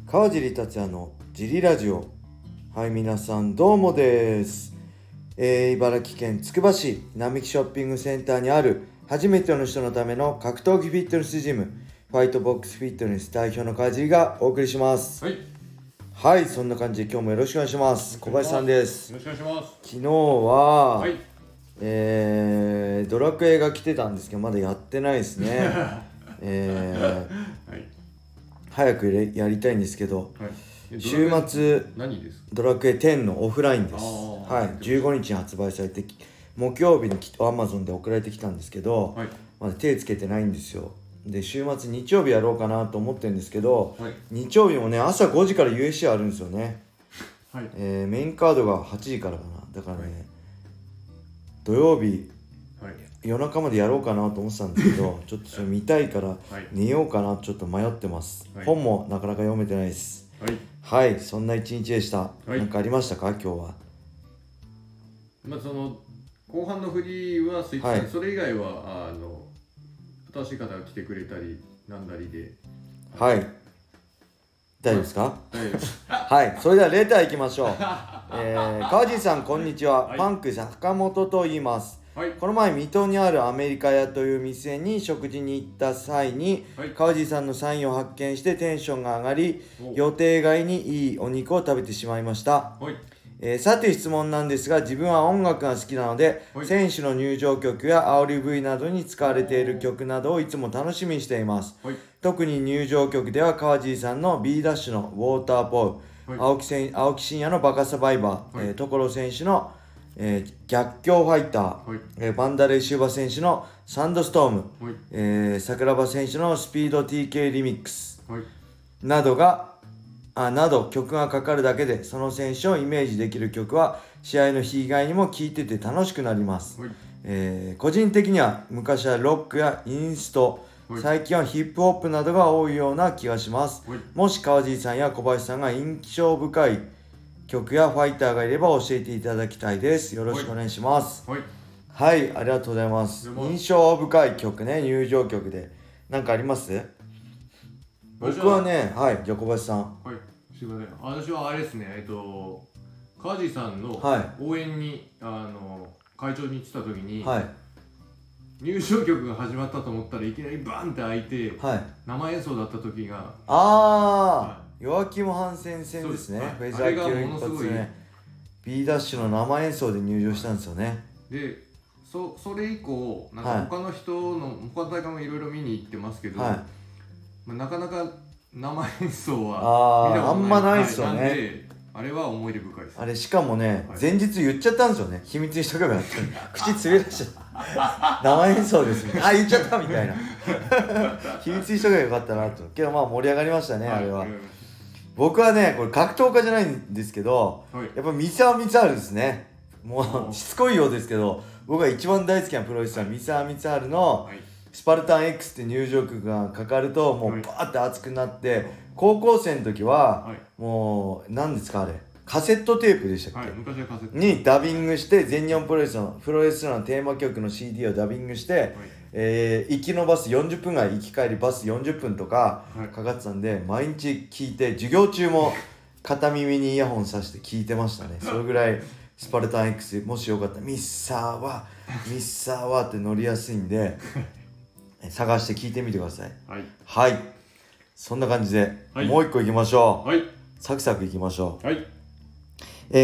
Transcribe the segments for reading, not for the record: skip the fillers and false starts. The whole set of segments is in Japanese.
川尻達也のジリラジオ。はい、皆さんどうもです。茨城県つくば市並木ショッピングセンターにある初めての人のための格闘技フィットネスジム、ファイトボックスフィットネス代表の川尻がお送りします。はい、そんな感じで今日もよろしくお願いします。小林さんです。 よろしくお願いします。 昨日は、 はい、 ドラクエが来てたんですけどまだやってないですね。 はい、 早くやりたいんですけど、 はい、 週末何ですか？ ドラクエ10のオフラインです。はい、15日に発売されて木曜日にAmazon で送られてきたんですけど、 はい、 まだ手つけてないんですよ。で週末日曜日やろうかなと思ってるんですけど、 はい、 日曜日もね朝5時から USC あるんですよね。 はい、 メインカードが8時からかな。だからね、はい、土曜日、はい、夜中までやろうかなと思ってたんですけどちょっとそれ見たいから寝ようかなちょっと迷ってます。はい、本もなかなか読めてないです。はい、はい、そんな一日でした。はい、何かありましたか今日は？ その後半のフリーはスイッチ、はい、それ以外は新しい方が来てくれたりなんだりで、 はい、大丈夫ですか？大丈夫です。はい、それではレターいきましょう。川尻さんこんにちは、はい、パンク坂本と言います。はい、この前水戸にあるアメリカ屋という店に食事に行った際に、はい、川尻さんのサインを発見してテンションが上がり、予定外にいいお肉を食べてしまいました。はい、さて質問なんですが、自分は音楽が好きなので、はい、選手の入場曲や煽り V などに使われている曲などをいつも楽しみにしています。はい、特に入場曲では川尻さんの B ダッシュのウォーターポー、はい、青木真也のバカサバイバー、はい、所選手の逆境ファイター、はい、バンダレーシューバ選手のサンドストーム、はい、桜庭選手のスピード TK リミックス、はい、など曲がかかるだけでその選手をイメージできる曲は試合の日以外にも聴いてて楽しくなります。はい、個人的には昔はロックやインスト、はい、最近はヒップホップなどが多いような気がします。はい、もし川尻さんや小林さんが印象深い曲やファイターがいれば教えていただきたいです。よろしくお願いします。はい、はい、ありがとうございます。印象深い曲ね、入場曲で何かあります？僕はね、はい、じゃあ小林さん。 はい、すいません。私はあれですね、川尻さんの応援に、会長に行ってた時に、はい、入場曲が始まったと思ったらいきなりバーンって開いて、はい、生演奏だった時が、 ヨアキム・ハンセン戦ですね。フェザー級一発目 B ダッシュの生演奏で入場したんですよね。 で、それ以降なんか他の人の、他の大会もいろいろ見に行ってますけど、はい、なかなか生演奏は見たことない。 あんまないですよね。 なんであれは思い出深いです。 あれしかもね、はい、前日言っちゃったんですよね。秘密にしとけばよかった口つべ出しちゃった生演奏ですね。言っちゃったみたいな秘密にしとけばよかったなと。けど盛り上がりましたね、はい、あれは。僕はね、これ格闘家じゃないんですけど、はい、やっぱ三沢光晴ですね。もうしつこいようですけど、僕が一番大好きなプロレスラー三沢光晴のスパルタン X って入場曲がかかるともうバーって熱くなって、はい、高校生の時はもう何ですかあれカセットテープでしたっけ、はい、 昔はカセットにダビングして全日本プロレスラーのテーマ曲の CD をダビングして、はい、行きのバス40分ぐらい行き帰りバス40分とかかかってたんで、はい、毎日聴いて授業中も片耳にイヤホンさして聴いてましたね。それぐらいスパルタン X もしよかったらミッサーはって乗りやすいんで探して聴いてみてください。はい、はい、そんな感じで、はい、もう一個いきましょう。はい、サクサクいきましょう。はい、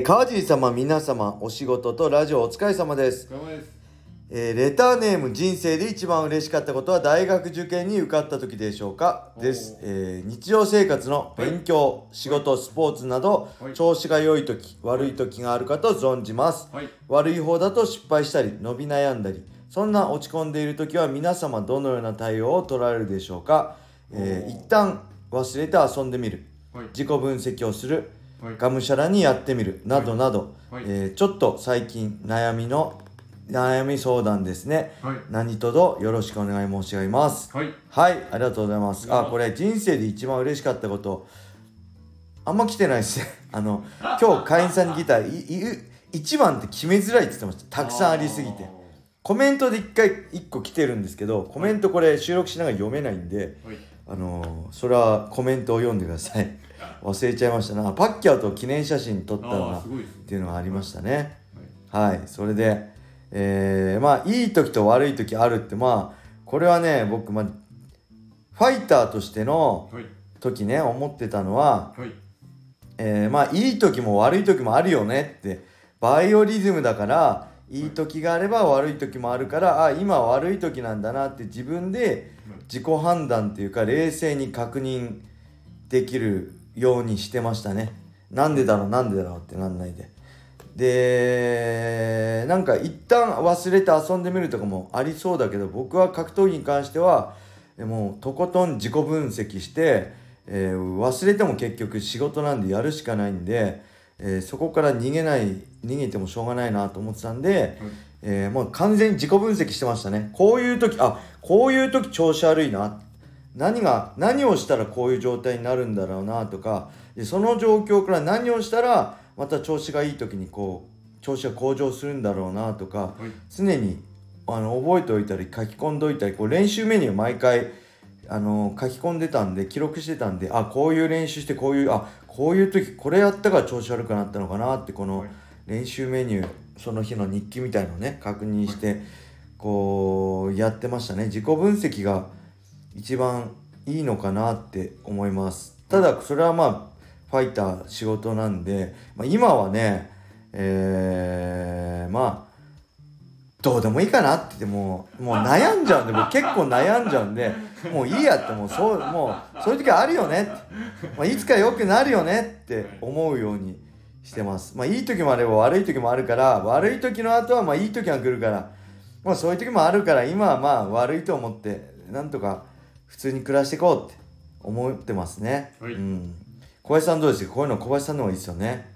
川尻様、皆様、お仕事とラジオお疲れ様です。レターネーム、人生で一番嬉しかったことは大学受験に受かった時でしょうかです。日常生活の勉強、仕事、スポーツなど、調子が良い時、悪い時があるかと存じます。悪い方だと失敗したり伸び悩んだり、そんな落ち込んでいる時は皆様どのような対応を取られるでしょうか。一旦忘れて遊んでみる、自己分析をする、がむしゃらにやってみるなどなど、ちょっと最近悩み相談ですね、何卒よろしくお願い申し上げます。はい、ありがとうございます。これ人生で一番嬉しかったことあんま来てないですね今日会員さんに聞いたら一番って決めづらいって言ってました。たくさんありすぎて。コメントで1個来てるんですけど、コメントこれ収録しながら読めないんで、それはコメントを読んでください。 忘れちゃいましたな。パッキャオと記念写真撮ったのがっていうのがありましたね。はい、それで、まあいい時と悪い時あるって、まあこれはね僕、ファイターとしての時ね、思ってたのは、まあいい時も悪い時もあるよねって、バイオリズムだからいい時があれば悪い時もあるから、今悪い時なんだなって自分で自己判断っていうか冷静に確認できるようにしてましたね。なんでだろうってなんないで。で、なんか一旦忘れて遊んでみるとかもありそうだけど、僕は格闘技に関してはもうとことん自己分析して、忘れても結局仕事なんでやるしかないんで、そこから逃げてもしょうがないなと思ってたんで、もう完全に自己分析してましたね。こういう時調子悪いな、何をしたらこういう状態になるんだろうなとか、でその状況から何をしたらまた調子がいい時にこう調子が向上するんだろうなとか、常に覚えておいたり書き込んでおいたり、こう練習メニュー毎回書き込んでたんで、記録してたんで、こういう練習してこういう時これやったから調子悪くなったのかなって、この練習メニュー、その日の日記みたいのをね確認してこうやってましたね。自己分析が一番いいのかなって思います。ただそれはまあファイター仕事なんで、今はねまあどうでもいいかなって言ってもう悩んじゃうんで、僕結構悩んじゃうんで、もういいやって、もうそういう時あるよねって、いつか良くなるよねって思うようにしてます。いい時もあれば悪い時もあるから、悪い時の後はいい時が来るから、そういう時もあるから、今は悪いと思ってなんとか普通に暮らしていこうって思ってますね。小林さんどうですか？こういうの小林さんの方がいいですよね。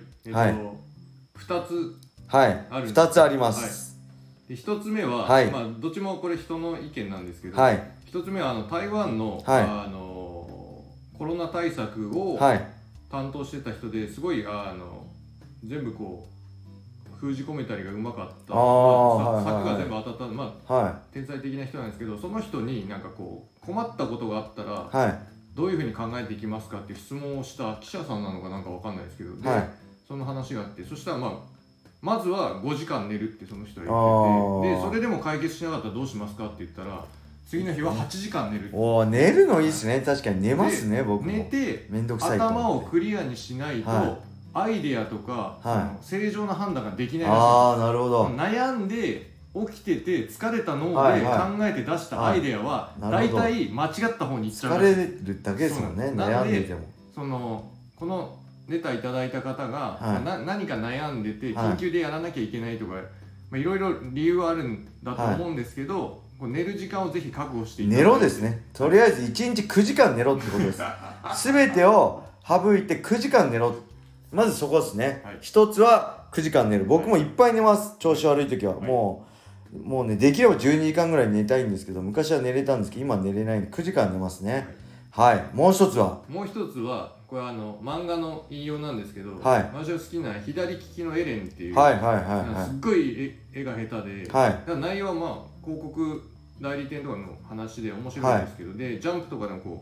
2つあるんです。2つあります。 で1つ目は、どっちもこれ人の意見なんですけど、1つ目は台湾の、コロナ対策を担当してた人で、すごい全部こう封じ込めたりがうまかった、策が全部当たった、天才的な人なんですけど、その人になんかこう困ったことがあったら、どういうふうに考えていきますかっていう質問をした記者さんなのかなんかわかんないですけど、で、その話があって、そしたらまずは5時間寝るってその人は言ってて、でそれでも解決しなかったらどうしますかって言ったら、次の日は8時間寝るって。 寝るのいいですね。確かに寝ますね。僕も寝てめんどくさい頭をクリアにしないと、アイデアとか、正常な判断ができないらしい。なるほど。悩んで起きてて疲れた脳で考えて出したアイデアは大体間違った方にいっちゃうらしい。 疲れるだけですもんね。悩んでても。 このネタいただいた方が、何か悩んでて緊急でやらなきゃいけないとか、いろいろ理由はあるんだと思うんですけど、寝る時間をぜひ確保していただいて。 寝ろですね。とりあえず1日9時間寝ろってことです。全てを省いて9時間寝ろ。まずそこですね。一つは9時間寝る。僕もいっぱい寝ます。調子悪い時は。もうね、できれば12時間ぐらい寝たいんですけど、昔は寝れたんですけど、今は寝れないんで9時間寝ますね。もう一つはこれ漫画の引用なんですけど、私が好きな左利きのエレンっていう、すっごい絵が下手で、内容は広告代理店とかの話で面白いんですけど、でジャンプとかでもこ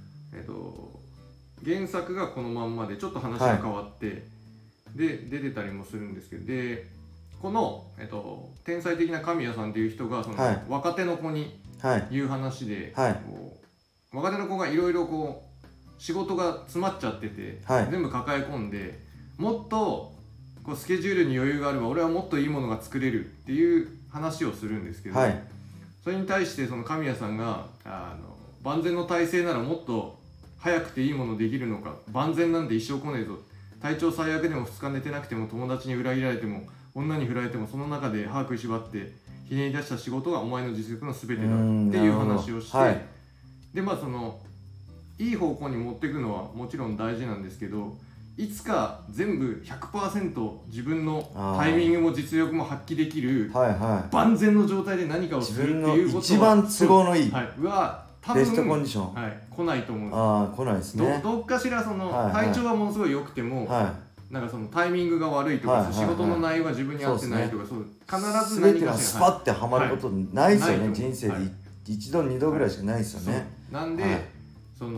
う、原作がこのまんまでちょっと話が変わって、で出てたりもするんですけど、でこの、天才的な神谷さんっていう人がその、若手の子に言う話で、若手の子がいろいろこう仕事が詰まっちゃってて、全部抱え込んで、もっとこうスケジュールに余裕があれば俺はもっといいものが作れるっていう話をするんですけど、それに対してその神谷さんが万全の体制ならもっと早くていいものできるのか、万全なんて一生来ねえぞ、体調最悪でも2日寝てなくても友達に裏切られても女に振られてもその中で歯食いしばってひねり出した仕事がお前の実力の全てだっていう話をして、でそのいい方向に持っていくのはもちろん大事なんですけど、いつか全部 100% 自分のタイミングも実力も発揮できる万全の状態で何かをするっていうことは一番都合のいい多分ベストコンディション、来ないと思うんです。 来ないですね。 どっかしらその体調はものすごい良くても、なんかそのタイミングが悪いとか、仕事の内容が自分に合ってないとか、必ず何かスパッてはまることないですよね。人生で一度二度ぐらいしかないですよね。 なんでその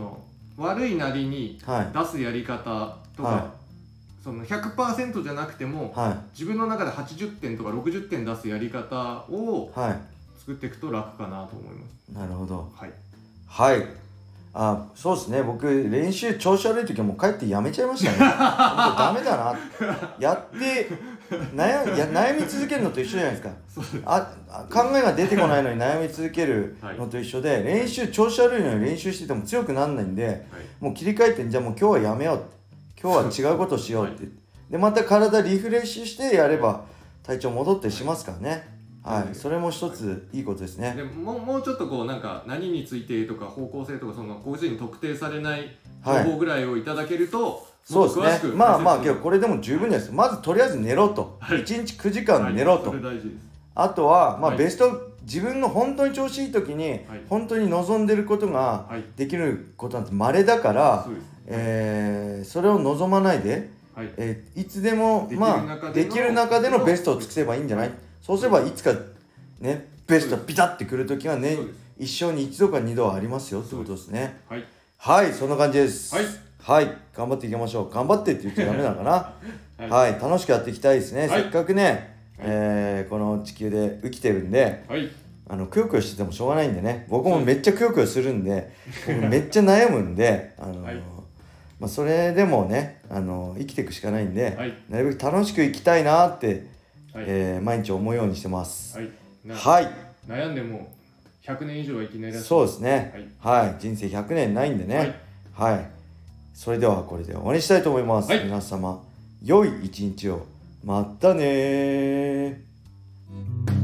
悪いなりに出すやり方とか、 はい、 その 100% じゃなくても、はい、自分の中で80点とか60点出すやり方を作っていくと楽かなと思います。 なるほど。 はい、 はい、そうですね。僕練習調子悪い時はもう帰ってやめちゃいましたね。本当ダメだなやって悩み続けるのと一緒じゃないですか。考えが出てこないのに悩み続けるのと一緒で、練習調子悪いのに練習してても強くならないんで、もう切り替えて、じゃあもう今日はやめようって、今日は違うことをしようって、でまた体リフレッシュしてやれば体調戻ってしますからね。はい、それも一ついいことですね。 でもうちょっとこうなんか何についてとか方向性とかその個人に特定されない情報ぐらいをいただけると、 そうですね。まあけどこれでも十分です。まずとりあえず寝ろと、1日9時間寝ろと、 それ大事です。 あとはベスト、自分の本当に調子いい時に本当に望んでることができることなんて稀だから、それを望まないで、いつでもできる中でのベストを尽くせばいいんじゃない。そうすればいつかね、ベストピタッてくるときはね、一生に一度か二度はありますよってことですね。はい、そんな感じです。はい、頑張っていきましょう。頑張ってって言っちゃダメなのかな。はい、楽しくやっていきたいですね。せっかくね、この地球で生きてるんで、くよくよしててもしょうがないんでね。僕もめっちゃくよくよするんで、僕めっちゃ悩むんで、それでもね、生きていくしかないんで、なるべく楽しく生きたいなって毎日思うようにしてます。はい。 悩んでも100年以上は生きないらしい。 そうですね。はい。人生100年ないんでね。はい。それではこれで終わりにしたいと思います。皆様、良い一日を。またねー。